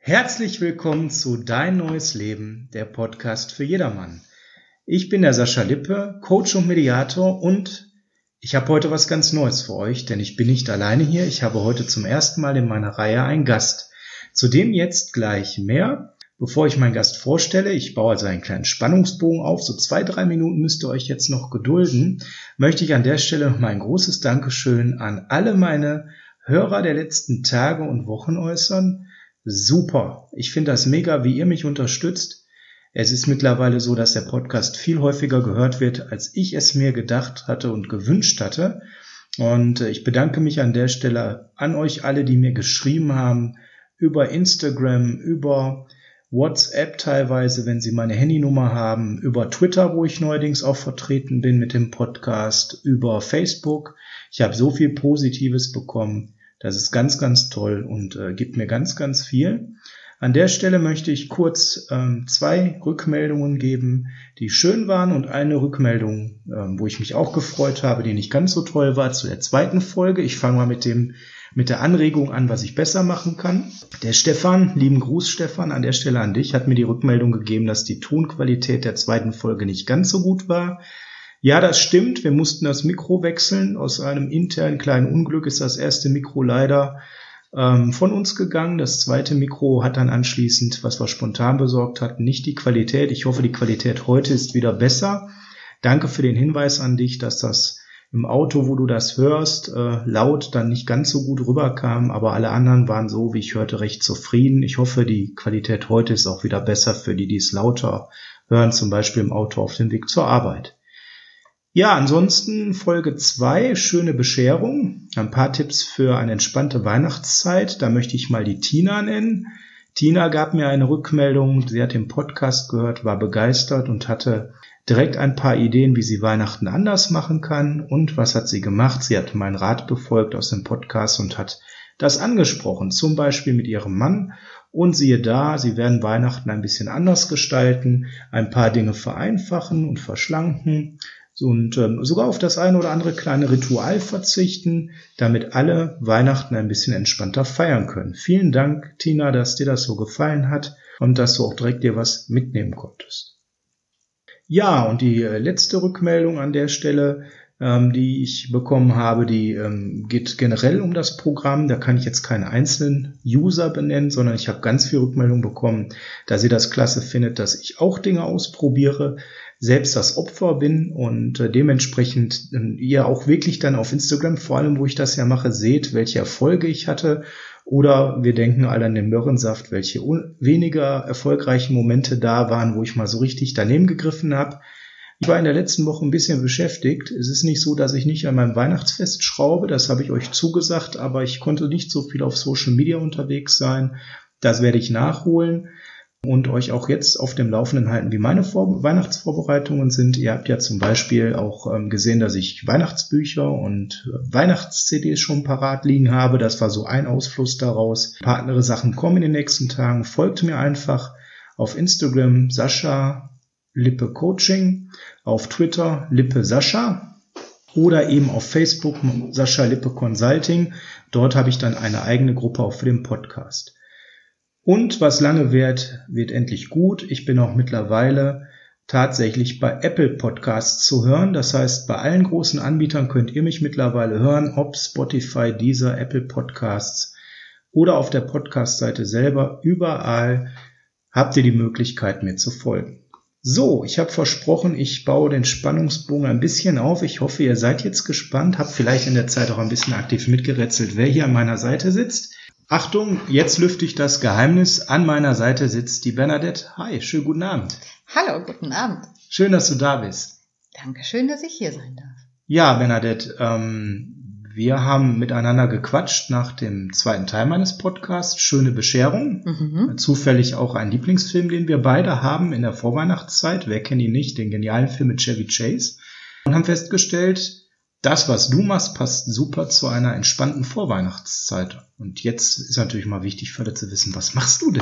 Herzlich willkommen zu Dein neues Leben, der Podcast für jedermann. Ich bin der Sascha Lippe, Coach und Mediator und ich habe heute was ganz Neues für euch, denn ich bin nicht alleine hier. Ich habe heute zum ersten Mal in meiner Reihe einen Gast. Zudem jetzt gleich mehr. Bevor ich meinen Gast vorstelle, ich baue also einen kleinen Spannungsbogen auf, so 2-3 Minuten müsst ihr euch jetzt noch gedulden, möchte ich an der Stelle noch mal ein großes Dankeschön an alle meine Hörer der letzten Tage und Wochen äußern. Super. Ich finde das mega, wie ihr mich unterstützt. Es ist mittlerweile so, dass der Podcast viel häufiger gehört wird, als ich es mir gedacht hatte und gewünscht hatte. Und ich bedanke mich an der Stelle an euch alle, die mir geschrieben haben, über Instagram, über WhatsApp teilweise, wenn sie meine Handynummer haben, über Twitter, wo ich neuerdings auch vertreten bin mit dem Podcast, über Facebook. Ich habe so viel Positives bekommen. Das ist ganz, ganz toll und gibt mir ganz, ganz viel. An der Stelle möchte ich kurz 2 Rückmeldungen geben, die schön waren und eine Rückmeldung, wo ich mich auch gefreut habe, die nicht ganz so toll war, zu der zweiten Folge. Ich fange mal mit der Anregung an, was ich besser machen kann. Der Stefan, lieben Gruß Stefan, an der Stelle an dich, hat mir die Rückmeldung gegeben, dass die Tonqualität der zweiten Folge nicht ganz so gut war. Ja, das stimmt. Wir mussten das Mikro wechseln. Aus einem internen kleinen Unglück ist das erste Mikro leider von uns gegangen. Das zweite Mikro hat dann anschließend, was wir spontan besorgt hatten, nicht die Qualität. Ich hoffe, die Qualität heute ist wieder besser. Danke für den Hinweis an dich, dass das im Auto, wo du das hörst, laut dann nicht ganz so gut rüberkam. Aber alle anderen waren so, wie ich hörte, recht zufrieden. Ich hoffe, die Qualität heute ist auch wieder besser für die, die es lauter hören, zum Beispiel im Auto auf dem Weg zur Arbeit. Ja, ansonsten Folge 2, schöne Bescherung. Ein paar Tipps für eine entspannte Weihnachtszeit. Da möchte ich mal die Tina nennen. Tina gab mir eine Rückmeldung. Sie hat den Podcast gehört, war begeistert und hatte direkt ein paar Ideen, wie sie Weihnachten anders machen kann. Und was hat sie gemacht? Sie hat meinen Rat befolgt aus dem Podcast und hat das angesprochen. Zum Beispiel mit ihrem Mann. Und siehe da, sie werden Weihnachten ein bisschen anders gestalten, ein paar Dinge vereinfachen und verschlanken. Und sogar auf das eine oder andere kleine Ritual verzichten, damit alle Weihnachten ein bisschen entspannter feiern können. Vielen Dank, Tina, dass dir das so gefallen hat und dass du auch direkt dir was mitnehmen konntest. Ja, und die letzte Rückmeldung an der Stelle, die ich bekommen habe, die geht generell um das Programm. Da kann ich jetzt keine einzelnen User benennen, sondern ich habe ganz viel Rückmeldung bekommen, dass sie das klasse findet, dass ich auch Dinge ausprobiere, selbst das Opfer bin und dementsprechend ihr auch wirklich dann auf Instagram, vor allem wo ich das ja mache, seht, welche Erfolge ich hatte. Oder wir denken alle an den Möhrensaft, welche weniger erfolgreichen Momente da waren, wo ich mal so richtig daneben gegriffen habe. Ich war in der letzten Woche ein bisschen beschäftigt. Es ist nicht so, dass ich nicht an meinem Weihnachtsfest schraube, das habe ich euch zugesagt, aber ich konnte nicht so viel auf Social Media unterwegs sein. Das werde ich nachholen und euch auch jetzt auf dem Laufenden halten, wie meine Weihnachtsvorbereitungen sind. Ihr habt ja zum Beispiel auch gesehen, dass ich Weihnachtsbücher und Weihnachts-CDs schon parat liegen habe. Das war so ein Ausfluss daraus. Ein paar andere Sachen kommen in den nächsten Tagen. Folgt mir einfach auf Instagram Sascha Lippe Coaching, auf Twitter Lippe Sascha oder eben auf Facebook Sascha Lippe Consulting. Dort habe ich dann eine eigene Gruppe auch für den Podcast. Und was lange währt, wird endlich gut. Ich bin auch mittlerweile tatsächlich bei Apple Podcasts zu hören. Das heißt, bei allen großen Anbietern könnt ihr mich mittlerweile hören, ob Spotify, Deezer, Apple Podcasts oder auf der Podcast-Seite selber. Überall habt ihr die Möglichkeit, mir zu folgen. So, ich habe versprochen, ich baue den Spannungsbogen ein bisschen auf. Ich hoffe, ihr seid jetzt gespannt, habt vielleicht in der Zeit auch ein bisschen aktiv mitgerätselt, wer hier an meiner Seite sitzt. Achtung, jetzt lüfte ich das Geheimnis. An meiner Seite sitzt die Bernadette. Hi, schönen guten Abend. Hallo, guten Abend. Schön, dass du da bist. Dankeschön, dass ich hier sein darf. Ja, Bernadette, wir haben miteinander gequatscht nach dem zweiten Teil meines Podcasts. Schöne Bescherung. Zufällig auch ein Lieblingsfilm, den wir beide haben in der Vorweihnachtszeit. Wer kennt ihn nicht? Den genialen Film mit Chevy Chase. Und haben festgestellt, das, was du machst, passt super zu einer entspannten Vorweihnachtszeit. Und jetzt ist natürlich mal wichtig für alle zu wissen, was machst du denn?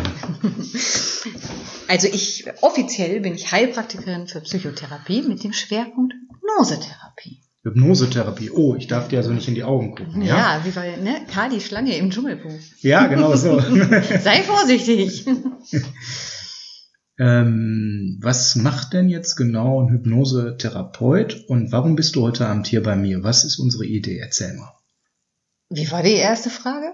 Also offiziell bin ich Heilpraktikerin für Psychotherapie mit dem Schwerpunkt Hypnosetherapie. Hypnosetherapie. Oh, ich darf dir also nicht in die Augen gucken, ja? Ja, wie bei Karl die Schlange im Dschungelbuch. Ja, genau so. Sei vorsichtig. Was macht denn jetzt genau ein Hypnosetherapeut und warum bist du heute Abend hier bei mir? Was ist unsere Idee? Erzähl mal. Wie war die erste Frage?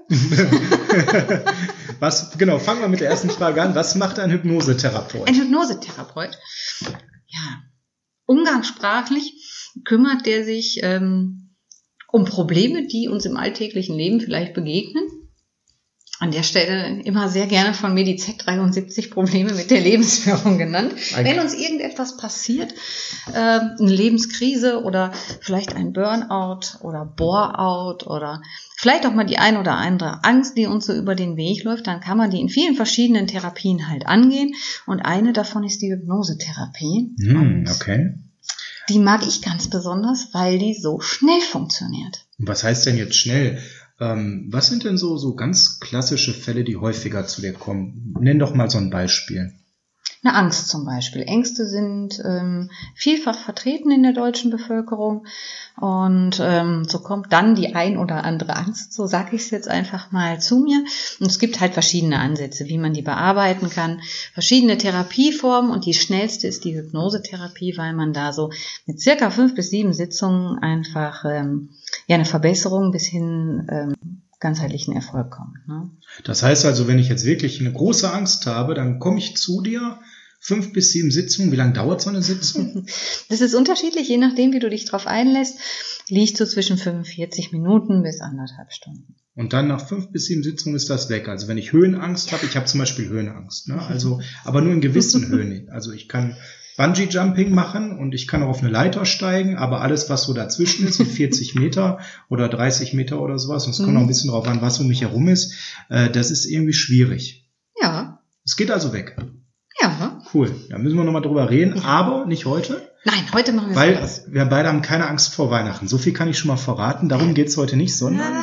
Fangen wir mit der ersten Frage an. Was macht ein Hypnosetherapeut? Ein Hypnosetherapeut, ja, umgangssprachlich kümmert der sich um Probleme, die uns im alltäglichen Leben vielleicht begegnen. An der Stelle immer sehr gerne von mir die Z73 Probleme mit der Lebensführung genannt. Wenn uns irgendetwas passiert, eine Lebenskrise oder vielleicht ein Burnout oder Bore-out oder vielleicht auch mal die ein oder andere Angst, die uns so über den Weg läuft, dann kann man die in vielen verschiedenen Therapien halt angehen. Und eine davon ist die Hypnosetherapie. Okay. Die mag ich ganz besonders, weil die so schnell funktioniert. Was heißt denn jetzt schnell? Was sind denn so ganz klassische Fälle, die häufiger zu dir kommen? Nenn doch mal so ein Beispiel. Eine Angst zum Beispiel. Ängste sind vielfach vertreten in der deutschen Bevölkerung und so kommt dann die ein oder andere Angst, so sage ich es jetzt einfach mal, zu mir. Und es gibt halt verschiedene Ansätze, wie man die bearbeiten kann, verschiedene Therapieformen und die schnellste ist die Hypnosetherapie, weil man da so mit circa 5 bis 7 Sitzungen einfach eine Verbesserung bis hin ganzheitlichen Erfolg kommt. Ne? Das heißt also, wenn ich jetzt wirklich eine große Angst habe, dann komme ich zu dir, 5 bis 7 Sitzungen. Wie lange dauert so eine Sitzung? Das ist unterschiedlich, je nachdem, wie du dich drauf einlässt, liegt so zwischen 45 Minuten bis 1,5 Stunden. Und dann nach 5 bis 7 Sitzungen ist das weg. Also wenn ich Höhenangst habe, ich habe zum Beispiel Höhenangst, ne? Also, aber nur in gewissen Höhen. Also ich kann Bungee-Jumping machen und ich kann auch auf eine Leiter steigen, aber alles, was so dazwischen ist, so 40 Meter oder 30 Meter oder sowas, und es kommt auch ein bisschen drauf an, was um mich herum ist, das ist irgendwie schwierig. Ja. Es geht also weg. Ja. Cool, da müssen wir nochmal drüber reden, aber nicht heute. Nein, heute machen wir weil das. Wir beide haben keine Angst vor Weihnachten. So viel kann ich schon mal verraten, darum geht's heute nicht, sondern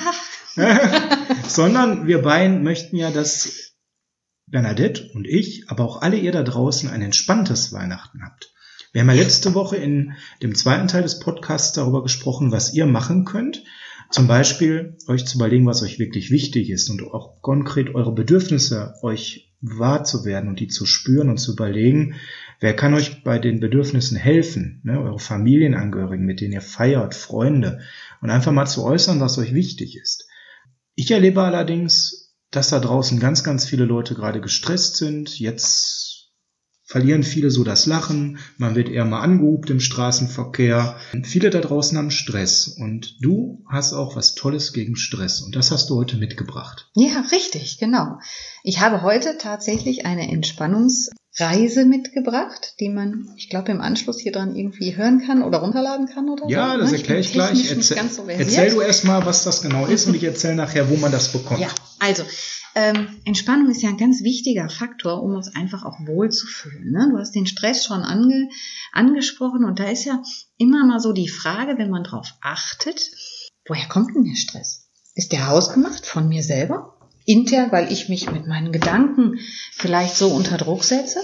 wir beiden möchten ja, dass Bernadette und ich, aber auch alle ihr da draußen ein entspanntes Weihnachten habt. Wir haben ja letzte Woche in dem zweiten Teil des Podcasts darüber gesprochen, was ihr machen könnt. Zum Beispiel euch zu überlegen, was euch wirklich wichtig ist und auch konkret eure Bedürfnisse euch wahr zu werden und die zu spüren und zu überlegen, wer kann euch bei den Bedürfnissen helfen, ne? Eure Familienangehörigen, mit denen ihr feiert, Freunde, und einfach mal zu äußern, was euch wichtig ist. Ich erlebe allerdings, dass da draußen ganz, ganz viele Leute gerade gestresst sind. Jetzt verlieren viele so das Lachen. Man wird eher mal angehupt im Straßenverkehr. Und viele da draußen haben Stress. Und du hast auch was Tolles gegen Stress. Und das hast du heute mitgebracht. Ja, richtig, genau. Ich habe heute tatsächlich eine Entspannungsreise mitgebracht, die man, ich glaube, im Anschluss hier dran irgendwie hören kann oder runterladen kann oder so. Ja, das erkläre ich gleich. Erzähl du erstmal, was das genau ist, und ich erzähle nachher, wo man das bekommt. Ja, also Entspannung ist ja ein ganz wichtiger Faktor, um uns einfach auch wohl zu fühlen. Ne? Du hast den Stress schon angesprochen und da ist ja immer mal so die Frage, wenn man drauf achtet, woher kommt denn der Stress? Ist der hausgemacht von mir selber? Intern, weil ich mich mit meinen Gedanken vielleicht so unter Druck setze?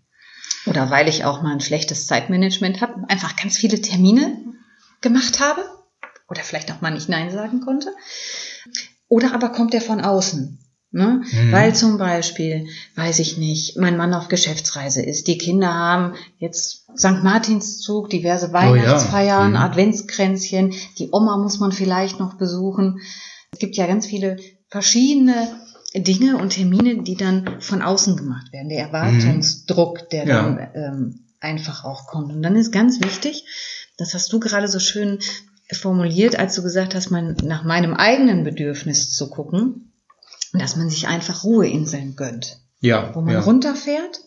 Oder weil ich auch mal ein schlechtes Zeitmanagement habe, einfach ganz viele Termine gemacht habe? Oder vielleicht auch mal nicht Nein sagen konnte? Oder aber kommt der von außen? Ne? Weil zum Beispiel, weiß ich nicht, mein Mann auf Geschäftsreise ist, die Kinder haben jetzt St. Martinszug, diverse Weihnachtsfeiern, Adventskränzchen, die Oma muss man vielleicht noch besuchen. Es gibt ja ganz viele verschiedene Dinge und Termine, die dann von außen gemacht werden. Der Erwartungsdruck, der dann einfach auch kommt. Und dann ist ganz wichtig, das hast du gerade so schön formuliert, als du gesagt hast, nach meinem eigenen Bedürfnis zu gucken, dass man sich einfach Ruheinseln gönnt. Ja. Wo man runterfährt,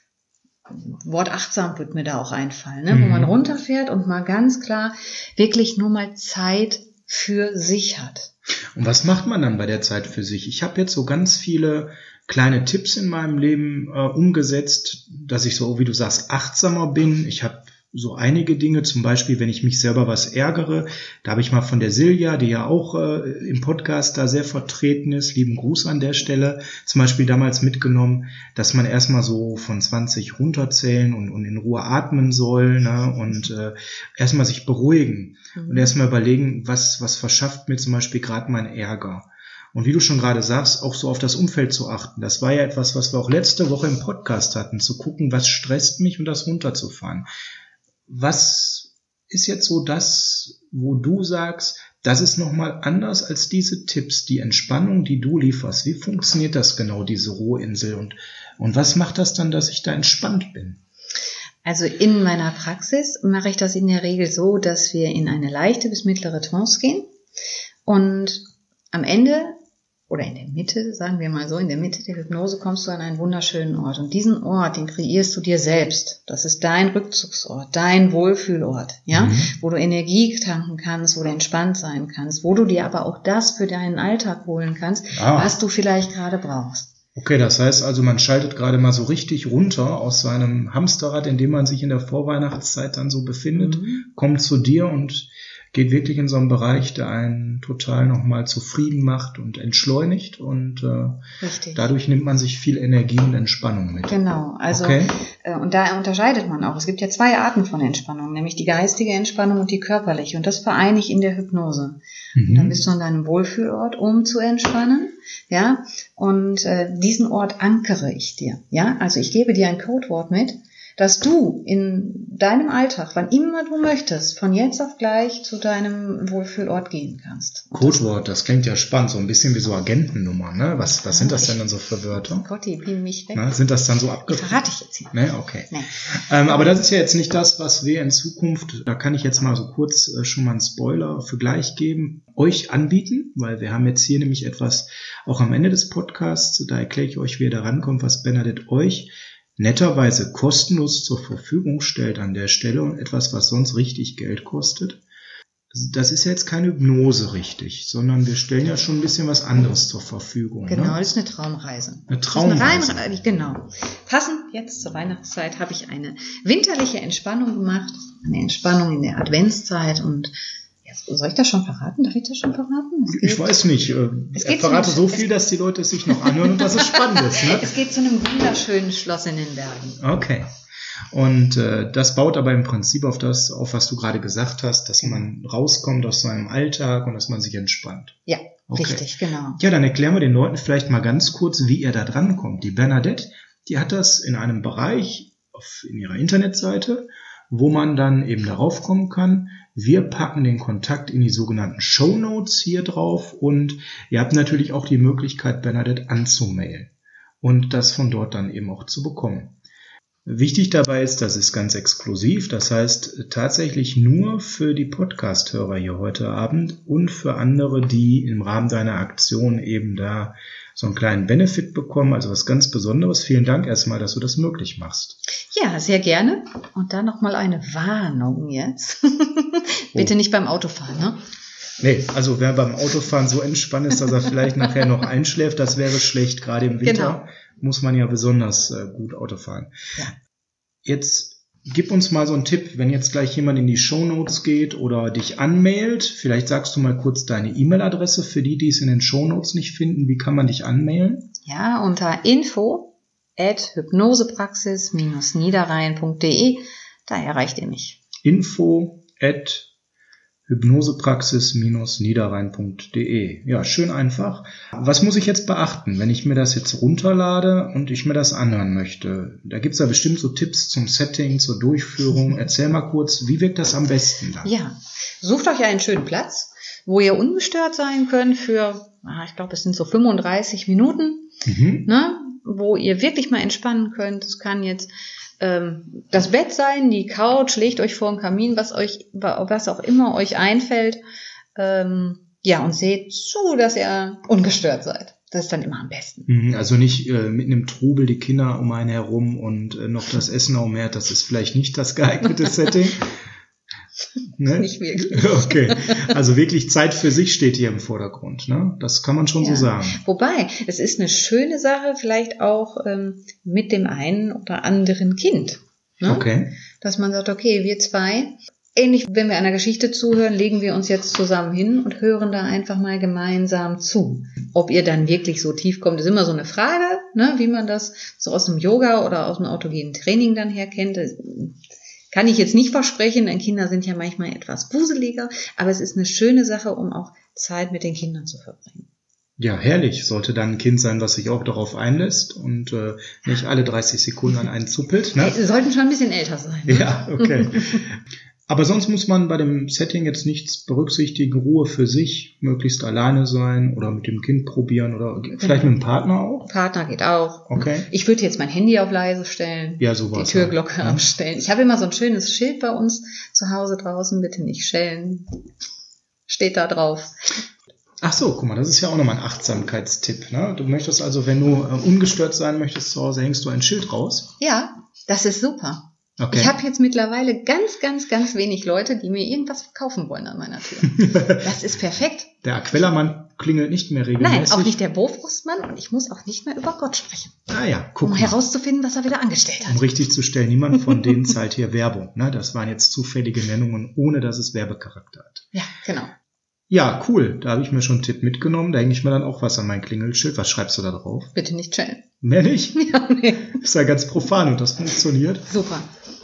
Wort achtsam wird mir da auch einfallen, ne? Wo man runterfährt und mal ganz klar wirklich nur mal Zeit für sich hat. Und was macht man dann bei der Zeit für sich? Ich habe jetzt so ganz viele kleine Tipps in meinem Leben umgesetzt, dass ich so, wie du sagst, achtsamer bin. Ich habe so einige Dinge, zum Beispiel, wenn ich mich selber was ärgere, da habe ich mal von der Silja, die ja auch im Podcast da sehr vertreten ist, lieben Gruß an der Stelle, zum Beispiel damals mitgenommen, dass man erstmal so von 20 runterzählen und in Ruhe atmen soll, ne, und erstmal sich beruhigen und erstmal überlegen, was verschafft mir zum Beispiel gerade mein Ärger. Und wie du schon gerade sagst, auch so auf das Umfeld zu achten. Das war ja etwas, was wir auch letzte Woche im Podcast hatten, zu gucken, was stresst mich und das runterzufahren. Was ist jetzt so das, wo du sagst, das ist nochmal anders als diese Tipps, die Entspannung, die du lieferst? Wie funktioniert das genau, diese Ruheinsel? Und was macht das dann, dass ich da entspannt bin? Also in meiner Praxis mache ich das in der Regel so, dass wir in eine leichte bis mittlere Trance gehen und am Ende oder in der Mitte, sagen wir mal so, in der Mitte der Hypnose kommst du an einen wunderschönen Ort. Und diesen Ort, den kreierst du dir selbst. Das ist dein Rückzugsort, dein Wohlfühlort, ja, wo du Energie tanken kannst, wo du entspannt sein kannst, wo du dir aber auch das für deinen Alltag holen kannst, was du vielleicht gerade brauchst. Okay, das heißt also, man schaltet gerade mal so richtig runter aus seinem Hamsterrad, in dem man sich in der Vorweihnachtszeit dann so befindet, kommt zu dir und geht wirklich in so einen Bereich, der einen total nochmal zufrieden macht und entschleunigt und dadurch nimmt man sich viel Energie und Entspannung mit. Genau, also und da unterscheidet man auch. Es gibt ja 2 Arten von Entspannung, nämlich die geistige Entspannung und die körperliche und das vereine ich in der Hypnose. Und dann bist du an deinem Wohlfühlort, um zu entspannen, ja, und diesen Ort ankere ich dir, ja, also ich gebe dir ein Codewort mit, dass du in deinem Alltag, wann immer du möchtest, von jetzt auf gleich zu deinem Wohlfühlort gehen kannst. Codewort, das klingt ja spannend, so ein bisschen wie so Agentennummer, ne? Was sind das denn dann so für Wörter? Gotti, beam mich weg. Na, sind das dann so abgefahren? Verrate ich jetzt hier. Ne, okay. Nee. Aber das ist ja jetzt nicht das, was wir in Zukunft, da kann ich jetzt mal so kurz schon mal einen Spoiler für gleich geben, euch anbieten, weil wir haben jetzt hier nämlich etwas, auch am Ende des Podcasts, da erkläre ich euch, wie ihr da rankommt, was Bernadette euch netterweise kostenlos zur Verfügung stellt an der Stelle und etwas, was sonst richtig Geld kostet. Das ist ja jetzt keine Hypnose richtig, sondern wir stellen ja schon ein bisschen was anderes zur Verfügung. Genau, ne? Das ist eine Traumreise. Eine Traumreise. Genau. Passend jetzt zur Weihnachtszeit habe ich eine winterliche Entspannung gemacht, eine Entspannung in der Adventszeit und soll ich das schon verraten? Darf ich das schon verraten? Ich weiß nicht. Ich verrate so viel, dass die Leute es sich noch anhören und dass es spannend ist. Ne? Es geht zu einem wunderschönen Schloss in den Bergen. Okay. Und das baut aber im Prinzip auf das, auf was du gerade gesagt hast, dass man rauskommt aus seinem Alltag und dass man sich entspannt. Ja, richtig, genau. Ja, dann erklären wir den Leuten vielleicht mal ganz kurz, wie ihr da dran kommt. Die Bernadette, die hat das in einem Bereich in ihrer Internetseite, wo man dann eben darauf kommen kann. Wir packen den Kontakt in die sogenannten Shownotes hier drauf und ihr habt natürlich auch die Möglichkeit, Bernadette anzumailen und das von dort dann eben auch zu bekommen. Wichtig dabei ist, das ist ganz exklusiv, das heißt tatsächlich nur für die Podcast-Hörer hier heute Abend und für andere, die im Rahmen deiner Aktion eben da so einen kleinen Benefit bekommen, also was ganz Besonderes. Vielen Dank erstmal, dass du das möglich machst. Ja, sehr gerne. Und dann nochmal eine Warnung jetzt. Bitte nicht beim Autofahren, ne? Nee, also wer beim Autofahren so entspannt ist, dass er vielleicht nachher noch einschläft, das wäre schlecht. Gerade im Winter muss man ja besonders gut Auto fahren. Ja. Jetzt gib uns mal so einen Tipp, wenn jetzt gleich jemand in die Shownotes geht oder dich anmailt. Vielleicht sagst du mal kurz deine E-Mail-Adresse für die, die es in den Shownotes nicht finden. Wie kann man dich anmailen? Ja, unter info@hypnosepraxis-niederrhein.de. Da erreicht ihr mich. info@hypnosepraxis-niederrhein.de. Ja, schön einfach. Was muss ich jetzt beachten, wenn ich mir das jetzt runterlade und ich mir das anhören möchte? Da gibt's ja bestimmt so Tipps zum Setting, zur Durchführung. Erzähl mal kurz, wie wirkt das am besten dann? Ja, sucht euch einen schönen Platz, wo ihr ungestört sein könnt für, ich glaube, es sind so 35 Minuten, ne, wo ihr wirklich mal entspannen könnt. Es kann jetzt das Bett sein, die Couch, legt euch vor den Kamin, was auch immer euch einfällt. Und seht zu, dass ihr ungestört seid. Das ist dann immer am besten. Also nicht mit einem Trubel die Kinder um einen herum und noch das Essen umher, das ist vielleicht nicht das geeignete Setting. Ne? Nicht wirklich. Okay, also wirklich Zeit für sich steht hier im Vordergrund, ne? Das kann man schon so sagen. Wobei, es ist eine schöne Sache, vielleicht auch mit dem einen oder anderen Kind. Ne? Okay. dass man sagt, okay, wir zwei, ähnlich, wenn wir einer Geschichte zuhören, legen wir uns jetzt zusammen hin und hören da einfach mal gemeinsam zu. Ob ihr dann wirklich so tief kommt, ist immer so eine Frage, ne, wie man das so aus dem Yoga oder aus dem autogenen Training dann her kennt. Das kann ich jetzt nicht versprechen, denn Kinder sind ja manchmal etwas wuseliger, aber es ist eine schöne Sache, um auch Zeit mit den Kindern zu verbringen. Ja, herrlich. Sollte dann ein Kind sein, was sich auch darauf einlässt und nicht alle 30 Sekunden an einen zuppelt. Ne? Sie sollten schon ein bisschen älter sein. Ne? Ja, okay. Aber sonst muss man bei dem Setting jetzt nichts berücksichtigen. Ruhe für sich, möglichst alleine sein oder mit dem Kind probieren oder vielleicht mit dem Partner auch. Partner geht auch. Okay. Ich würde jetzt mein Handy auf leise stellen, ja, sowas, die Türglocke abstellen. Ich habe immer so ein schönes Schild bei uns zu Hause draußen, bitte nicht schellen. Steht da drauf. Ach so, guck mal, das ist ja auch nochmal ein Achtsamkeitstipp. Ne? Du möchtest also, wenn du ungestört sein möchtest zu Hause, hängst du ein Schild raus? Ja, das ist super. Okay. Ich habe jetzt mittlerweile ganz wenig Leute, die mir irgendwas verkaufen wollen an meiner Tür. Das ist perfekt. Der Aquellermann klingelt nicht mehr regelmäßig. Nein, auch nicht der Bofrostmann und ich muss auch nicht mehr über Gott sprechen. Ah ja, guck mal. Um herauszufinden, was er wieder angestellt hat. Um richtig zu stellen, niemand von denen zahlt hier Werbung. Ne? Das waren jetzt zufällige Nennungen, ohne dass es Werbecharakter hat. Ja, genau. Ja, cool. Da habe ich mir schon einen Tipp mitgenommen. Da hänge ich mir dann auch was an mein Klingelschild. Was schreibst du da drauf? Bitte nicht chillen. Mehr nicht? Ja, nee. Ist ja ganz profan und das funktioniert. Super.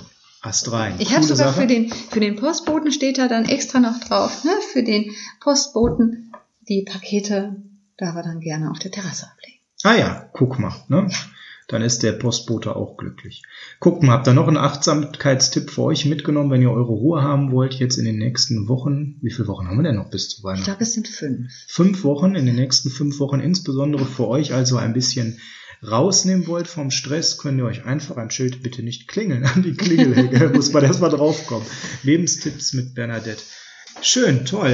Ast rein. Ich habe sogar für den Postboten steht da dann extra noch drauf, ne? Für den Postboten die Pakete darf er dann gerne auf der Terrasse ablegen. Ah ja, guck mal. Ne? Ja. Dann ist der Postbote auch glücklich. Guck mal, habt ihr noch einen Achtsamkeitstipp für euch mitgenommen, wenn ihr eure Ruhe haben wollt, jetzt in den nächsten Wochen? Wie viele Wochen haben wir denn noch bis zu Weihnachten? Ich glaube, es sind 5. 5 Wochen, in den nächsten 5 Wochen, insbesondere für euch also ein bisschen rausnehmen wollt vom Stress, könnt ihr euch einfach ein Schild bitte nicht klingeln an die Klingel hängen. Da muss man erstmal draufkommen. Lebenstipps mit Bernadette. Schön, toll.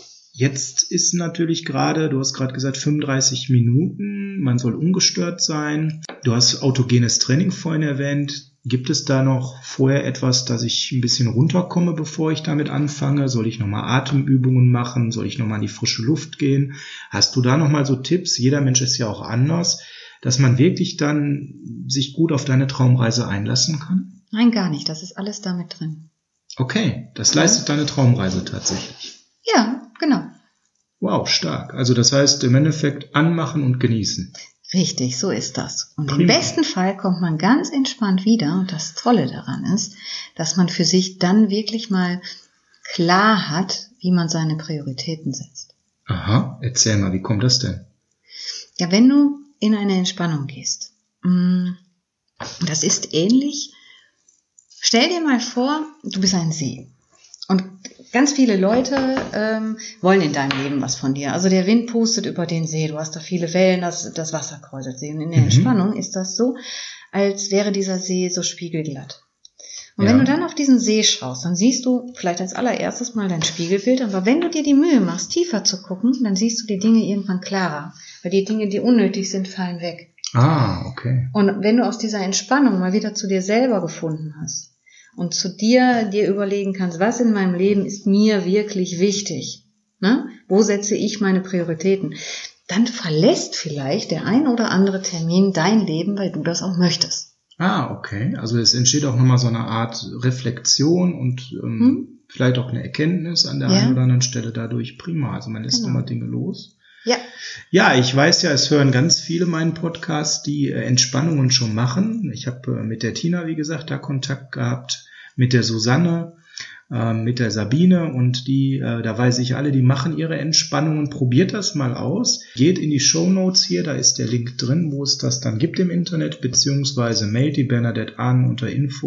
Jetzt ist natürlich gerade, du hast gerade gesagt, 35 Minuten, man soll ungestört sein. Du hast autogenes Training vorhin erwähnt. Gibt es da noch vorher etwas, dass ich ein bisschen runterkomme, bevor ich damit anfange? Soll ich nochmal Atemübungen machen? Soll ich nochmal in die frische Luft gehen? Hast du da nochmal so Tipps? Jeder Mensch ist ja auch anders, dass man wirklich dann sich gut auf deine Traumreise einlassen kann? Nein, gar nicht. Das ist alles damit drin. Okay, das leistet deine Traumreise tatsächlich. Ja, genau. Wow, stark. Also das heißt im Endeffekt anmachen und genießen. Richtig, so ist das. Und Prima. im besten Fall kommt man ganz entspannt wieder. Und das Tolle daran ist, dass man für sich dann wirklich mal klar hat, wie man seine Prioritäten setzt. Aha, erzähl mal, wie kommt das denn? Ja, wenn du in eine Entspannung gehst, das ist ähnlich. Stell dir mal vor, du bist ein See. Und ganz viele Leute wollen in deinem Leben was von dir. Also der Wind pustet über den See, du hast da viele Wellen, das Wasser kräuselt See. Und in der Entspannung ist das so, als wäre dieser See so spiegelglatt. Und wenn du dann auf diesen See schaust, dann siehst du vielleicht als allererstes mal dein Spiegelbild. Aber wenn du dir die Mühe machst, tiefer zu gucken, dann siehst du die Dinge irgendwann klarer. Weil die Dinge, die unnötig sind, fallen weg. Ah, okay. Und wenn du aus dieser Entspannung mal wieder zu dir selber gefunden hast, und zu dir überlegen kannst, was in meinem Leben ist mir wirklich wichtig? Ne? Wo setze ich meine Prioritäten? Dann verlässt vielleicht der ein oder andere Termin dein Leben, weil du das auch möchtest. Ah, okay. Also es entsteht auch nochmal so eine Art Reflexion und vielleicht auch eine Erkenntnis an der einen oder anderen Stelle dadurch. Prima. Also man lässt nochmal Dinge los. Ja. Ja, ich weiß ja, es hören ganz viele meinen Podcast, die Entspannungen schon machen. Ich habe mit der Tina, wie gesagt, da Kontakt gehabt, mit der Susanne, mit der Sabine und die, da weiß ich alle, die machen ihre Entspannungen. Probiert das mal aus. Geht in die Shownotes hier, da ist der Link drin, wo es das dann gibt im Internet, beziehungsweise mailt die Bernadette an unter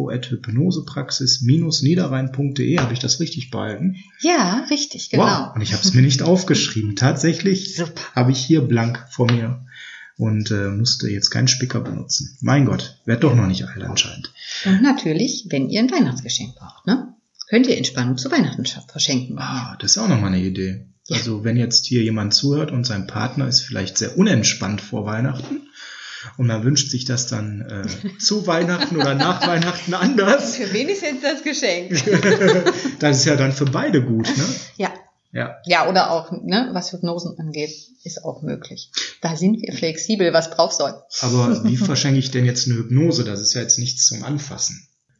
info@hypnosepraxis-niederrhein.de. Habe ich das richtig behalten? Ja, richtig, genau. Wow, und ich habe es mir nicht aufgeschrieben. Tatsächlich habe ich hier blank vor mir und musste jetzt keinen Spicker benutzen. Mein Gott, werd doch noch nicht alt anscheinend. Und natürlich, wenn ihr ein Weihnachtsgeschenk braucht, ne? Könnt ihr Entspannung zu Weihnachten verschenken. Ah, das ist auch nochmal eine Idee. Ja. Also wenn jetzt hier jemand zuhört und sein Partner ist vielleicht sehr unentspannt vor Weihnachten und man wünscht sich das dann zu Weihnachten oder nach Weihnachten anders. Für wen ist jetzt das Geschenk? Das ist ja dann für beide gut, ne? Ja. Ja. Ja, oder auch, ne, was Hypnosen angeht, ist auch möglich. Da sind wir flexibel, was drauf soll. Aber wie verschenke ich denn jetzt eine Hypnose? Das ist ja jetzt nichts zum Anfassen.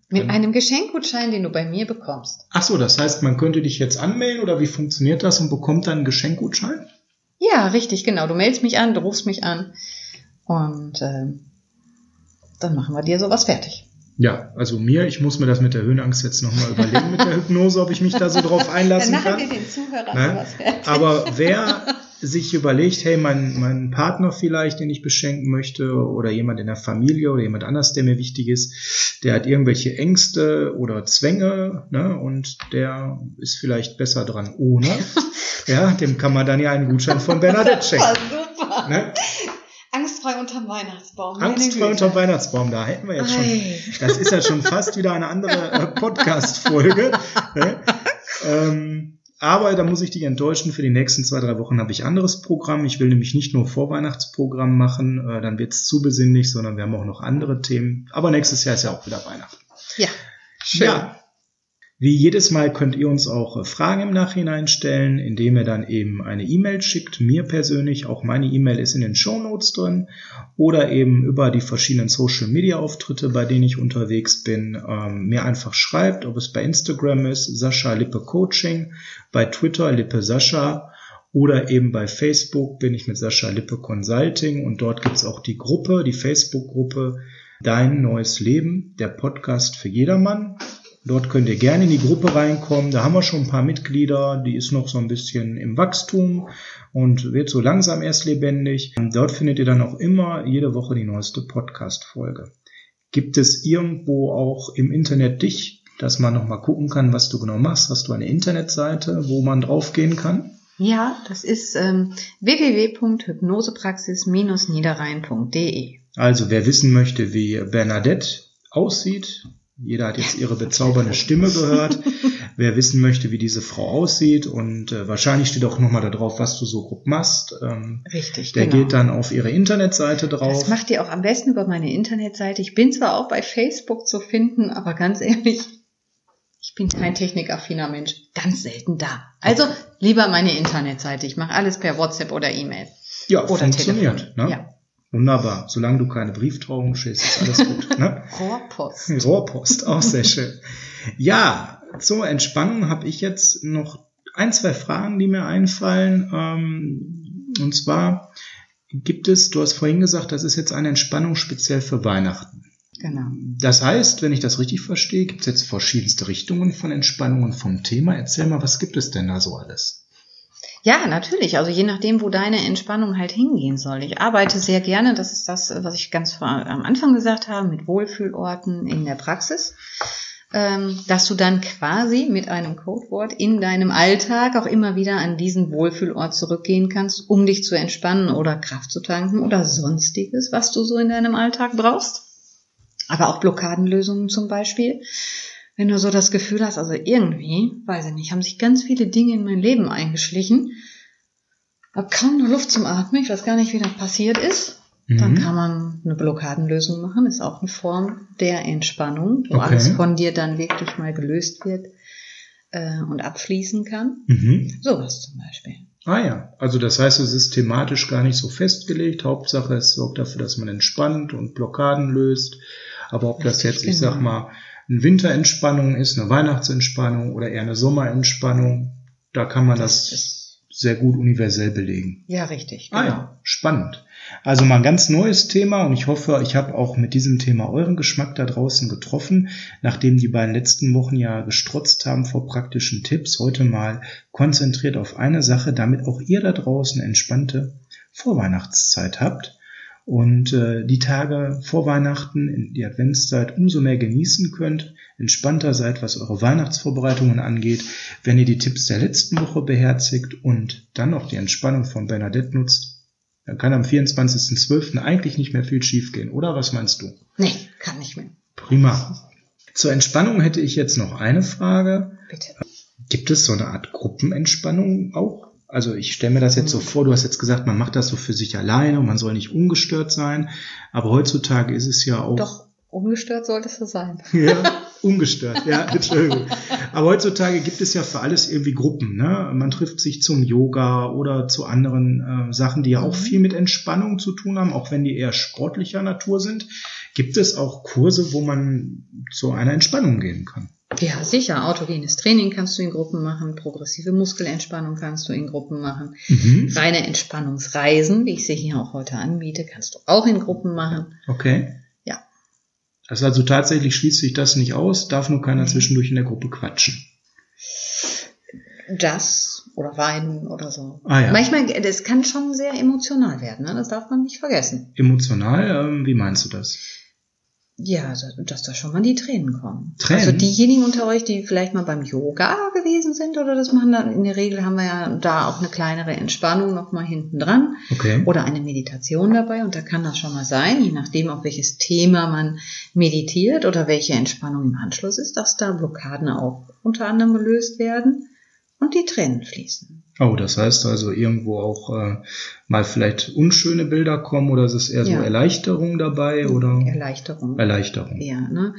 Mit einem Geschenkgutschein, den du bei mir bekommst. Ach so, das heißt, man könnte dich jetzt anmelden oder wie funktioniert das und bekommt dann einen Geschenkgutschein? Ja, richtig, genau. Du meldest mich an, du rufst mich an und dann machen wir dir sowas fertig. Ja, also ich muss mir das mit der Höhenangst jetzt nochmal überlegen mit der Hypnose, ob ich mich da so drauf einlassen dann kann. machen wir den Zuhörern sowas fertig. Aber wer sich überlegt, hey, mein Partner vielleicht, den ich beschenken möchte, oder jemand in der Familie oder jemand anders, der mir wichtig ist, der hat irgendwelche Ängste oder Zwänge, ne, und der ist vielleicht besser dran ohne. Ja, dem kann man dann ja einen Gutschein von Bernadette schenken. Super. Ne? Angstfrei unterm Weihnachtsbaum. Angstfrei unterm Weihnachtsbaum, da hätten wir jetzt schon. Das ist ja schon fast wieder eine andere Podcast-Folge. Ne? Aber da muss ich dich enttäuschen, für die nächsten 2-3 Wochen habe ich anderes Programm. Ich will nämlich nicht nur Vorweihnachtsprogramm machen, dann wird es zu besinnlich, sondern wir haben auch noch andere Themen. Aber nächstes Jahr ist ja auch wieder Weihnachten. Ja, schön. Ja. Wie jedes Mal könnt ihr uns auch Fragen im Nachhinein stellen, indem ihr dann eben eine E-Mail schickt, mir persönlich, auch meine E-Mail ist in den Shownotes drin, oder eben über die verschiedenen Social-Media-Auftritte, bei denen ich unterwegs bin, mir einfach schreibt, ob es bei Instagram ist, Sascha Lippe Coaching, bei Twitter Lippe Sascha, oder eben bei Facebook bin ich mit Sascha Lippe Consulting und dort gibt es auch die Gruppe, die Facebook-Gruppe Dein neues Leben, der Podcast für jedermann. Dort könnt ihr gerne in die Gruppe reinkommen. Da haben wir schon ein paar Mitglieder. Die ist noch so ein bisschen im Wachstum und wird so langsam erst lebendig. Und dort findet ihr dann auch immer jede Woche die neueste Podcast-Folge. Gibt es irgendwo auch im Internet dich, dass man nochmal gucken kann, was du genau machst? Hast du eine Internetseite, wo man draufgehen kann? Ja, das ist www.hypnosepraxis-niederrhein.de. Also wer wissen möchte, wie Bernadette aussieht, jeder hat jetzt ihre bezaubernde Stimme gehört. Wer wissen möchte, wie diese Frau aussieht und wahrscheinlich steht auch nochmal da drauf, was du so grob machst. Richtig, der geht dann auf ihre Internetseite drauf. Das macht ihr auch am besten über meine Internetseite. Ich bin zwar auch bei Facebook zu finden, aber ganz ehrlich, ich bin kein technikaffiner Mensch. Ganz selten da. Also lieber meine Internetseite. Ich mache alles per WhatsApp oder E-Mail. Ja, oder funktioniert. Telefon. Ne? Ja. Wunderbar. Solange du keine Brieftrauung schickst, ist alles gut. Ne? Rohrpost. Rohrpost, auch sehr schön. Ja, zur Entspannung habe ich jetzt noch 1-2 Fragen, die mir einfallen. Und zwar gibt es, du hast vorhin gesagt, das ist jetzt eine Entspannung speziell für Weihnachten. Genau. Das heißt, wenn ich das richtig verstehe, gibt es jetzt verschiedenste Richtungen von Entspannungen vom Thema. Erzähl mal, was gibt es denn da so alles? Ja, natürlich. Also je nachdem, wo deine Entspannung halt hingehen soll. Ich arbeite sehr gerne, das ist das, was ich ganz am Anfang gesagt habe, mit Wohlfühlorten in der Praxis, dass du dann quasi mit einem Codewort in deinem Alltag auch immer wieder an diesen Wohlfühlort zurückgehen kannst, um dich zu entspannen oder Kraft zu tanken oder sonstiges, was du so in deinem Alltag brauchst. Aber auch Blockadenlösungen zum Beispiel. Wenn du so das Gefühl hast, also irgendwie, weiß ich nicht, haben sich ganz viele Dinge in mein Leben eingeschlichen, habe kaum noch Luft zum Atmen, ich weiß gar nicht, wie das passiert ist, dann kann man eine Blockadenlösung machen, ist auch eine Form der Entspannung, wo alles von dir dann wirklich mal gelöst wird und abfließen kann. Sowas zum Beispiel. Ah ja, also das heißt, es ist thematisch gar nicht so festgelegt. Hauptsache, es sorgt dafür, dass man entspannt und Blockaden löst. Aber ob das jetzt, ich sag mal, eine Winterentspannung ist, eine Weihnachtsentspannung oder eher eine Sommerentspannung, da kann man das sehr gut universell belegen. Ja, richtig. Genau. Ah ja, spannend. Also mal ein ganz neues Thema und ich hoffe, ich habe auch mit diesem Thema euren Geschmack da draußen getroffen, nachdem die beiden letzten Wochen ja gestrotzt haben vor praktischen Tipps. Heute mal konzentriert auf eine Sache, damit auch ihr da draußen entspannte Vorweihnachtszeit habt und die Tage vor Weihnachten, die Adventszeit, umso mehr genießen könnt, entspannter seid, was eure Weihnachtsvorbereitungen angeht, wenn ihr die Tipps der letzten Woche beherzigt und dann noch die Entspannung von Bernadette nutzt. Dann kann am 24.12. eigentlich nicht mehr viel schiefgehen, oder? Was meinst du? Nee, kann nicht mehr. Prima. Zur Entspannung hätte ich jetzt noch eine Frage. Bitte. Gibt es so eine Art Gruppenentspannung auch? Also ich stelle mir das jetzt so vor, du hast jetzt gesagt, man macht das so für sich alleine und man soll nicht ungestört sein. Aber heutzutage ist es ja auch... Doch, ungestört solltest du sein. Ja, Ungestört, ja, Entschuldigung. Aber heutzutage gibt es ja für alles irgendwie Gruppen, ne? Man trifft sich zum Yoga oder zu anderen Sachen, die ja auch viel mit Entspannung zu tun haben, auch wenn die eher sportlicher Natur sind. Gibt es auch Kurse, wo man zu einer Entspannung gehen kann? Ja, sicher. Autogenes Training kannst du in Gruppen machen, progressive Muskelentspannung kannst du in Gruppen machen. Reine Entspannungsreisen, wie ich sie hier auch heute anbiete, kannst du auch in Gruppen machen. Okay. Ja. Also tatsächlich schließt sich das nicht aus, darf nur keiner zwischendurch in der Gruppe quatschen. Das oder weinen oder so. Ja. Manchmal, das kann schon sehr emotional werden, ne? Das darf man nicht vergessen. Emotional? Wie meinst du das? Ja, dass da schon mal die Tränen kommen. Tränen? Also diejenigen unter euch, die vielleicht mal beim Yoga gewesen sind oder das machen, dann in der Regel haben wir ja da auch eine kleinere Entspannung noch mal hinten dran. Okay. Oder eine Meditation dabei und da kann das schon mal sein, je nachdem auf welches Thema man meditiert oder welche Entspannung im Anschluss ist, dass da Blockaden auch unter anderem gelöst werden und die Tränen fließen. Oh, das heißt also irgendwo auch mal vielleicht unschöne Bilder kommen oder ist es eher so Erleichterung dabei? Oder? Erleichterung. Ja, ne?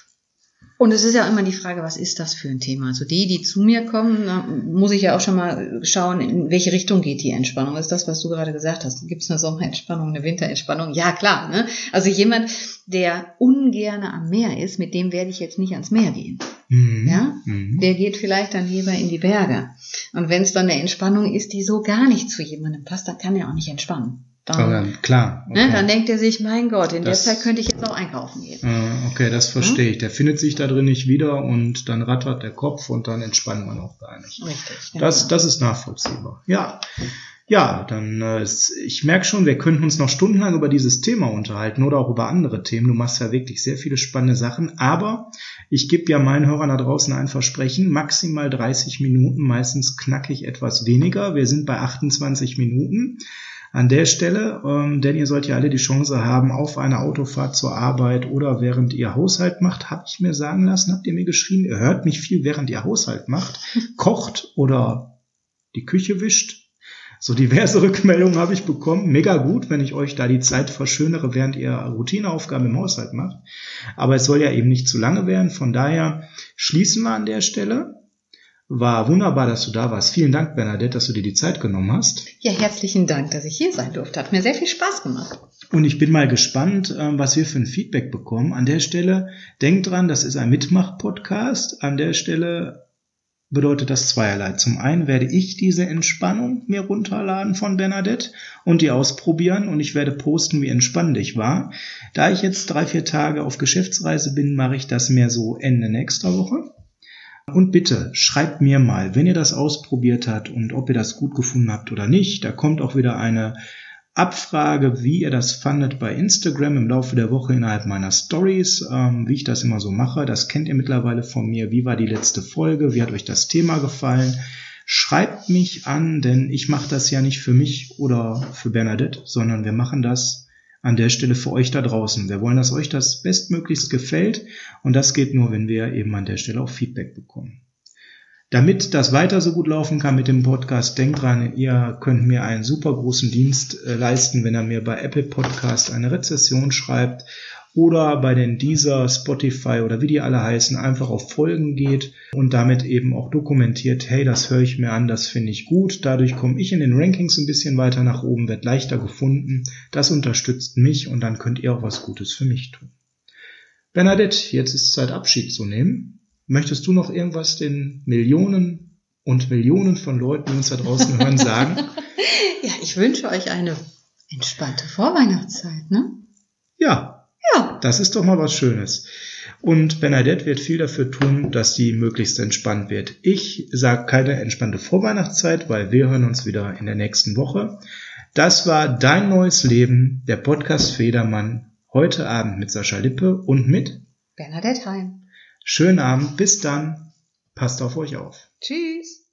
Und es ist ja immer die Frage, was ist das für ein Thema? Also die zu mir kommen, da muss ich ja auch schon mal schauen, in welche Richtung geht die Entspannung. Das ist das, was du gerade gesagt hast. Gibt es eine Sommerentspannung, eine Winterentspannung? Ja, klar. Ne? Also jemand, der ungerne am Meer ist, mit dem werde ich jetzt nicht ans Meer gehen. Ja? Der geht vielleicht dann lieber in die Berge. Und wenn es dann eine Entspannung ist, die so gar nicht zu jemandem passt, dann kann er auch nicht entspannen. Dann, klar. Okay. Ne, dann denkt er sich, mein Gott, in der Zeit könnte ich jetzt auch einkaufen gehen. Okay, das verstehe ich. Der findet sich da drin nicht wieder und dann rattert der Kopf und dann entspannt man auch gar nicht. Richtig. Genau. Das ist nachvollziehbar. Ja, dann ich merke schon, wir könnten uns noch stundenlang über dieses Thema unterhalten oder auch über andere Themen. Du machst ja wirklich sehr viele spannende Sachen, aber ich gebe ja meinen Hörern da draußen ein Versprechen, maximal 30 Minuten, meistens knackig etwas weniger. Wir sind bei 28 Minuten. An der Stelle, denn ihr sollt ja alle die Chance haben, auf einer Autofahrt zur Arbeit oder während ihr Haushalt macht, habt ihr mir geschrieben, ihr hört mich viel, während ihr Haushalt macht, kocht oder die Küche wischt. So diverse Rückmeldungen habe ich bekommen. Mega gut, wenn ich euch da die Zeit verschönere, während ihr Routineaufgaben im Haushalt macht. Aber es soll ja eben nicht zu lange werden. Von daher schließen wir an der Stelle. War wunderbar, dass du da warst. Vielen Dank, Bernadette, dass du dir die Zeit genommen hast. Ja, herzlichen Dank, dass ich hier sein durfte. Hat mir sehr viel Spaß gemacht. Und ich bin mal gespannt, was wir für ein Feedback bekommen. An der Stelle, denkt dran, das ist ein Mitmach-Podcast. An der Stelle bedeutet das zweierlei. Zum einen werde ich diese Entspannung mir runterladen von Bernadette und die ausprobieren und ich werde posten, wie entspannt ich war. Da ich jetzt 3-4 Tage auf Geschäftsreise bin, mache ich das mehr so Ende nächster Woche. Und bitte schreibt mir mal, wenn ihr das ausprobiert habt und ob ihr das gut gefunden habt oder nicht. Da kommt auch wieder eine Abfrage, wie ihr das fandet bei Instagram im Laufe der Woche innerhalb meiner Stories, wie ich das immer so mache. Das kennt ihr mittlerweile von mir. Wie war die letzte Folge? Wie hat euch das Thema gefallen? Schreibt mich an, denn ich mache das ja nicht für mich oder für Bernadette, sondern wir machen das an der Stelle für euch da draußen. Wir wollen, dass euch das bestmöglichst gefällt und das geht nur, wenn wir eben an der Stelle auch Feedback bekommen. Damit das weiter so gut laufen kann mit dem Podcast, denkt dran, ihr könnt mir einen super großen Dienst leisten, wenn ihr mir bei Apple Podcast eine Rezension schreibt oder bei den Deezer, Spotify oder wie die alle heißen, einfach auf Folgen geht und damit eben auch dokumentiert, hey, das höre ich mir an, das finde ich gut. Dadurch komme ich in den Rankings ein bisschen weiter nach oben, werde leichter gefunden. Das unterstützt mich und dann könnt ihr auch was Gutes für mich tun. Bernadette, jetzt ist Zeit, Abschied zu nehmen. Möchtest du noch irgendwas den Millionen und Millionen von Leuten, die uns da draußen hören, sagen? Ja, ich wünsche euch eine entspannte Vorweihnachtszeit, ne? Ja, das ist doch mal was Schönes. Und Bernadette wird viel dafür tun, dass die möglichst entspannt wird. Ich sage keine entspannte Vorweihnachtszeit, weil wir hören uns wieder in der nächsten Woche. Das war Dein neues Leben, der Podcast für jedermann. Heute Abend mit Sascha Lippe und mit Bernadette Hein. Schönen Abend, bis dann. Passt auf euch auf. Tschüss.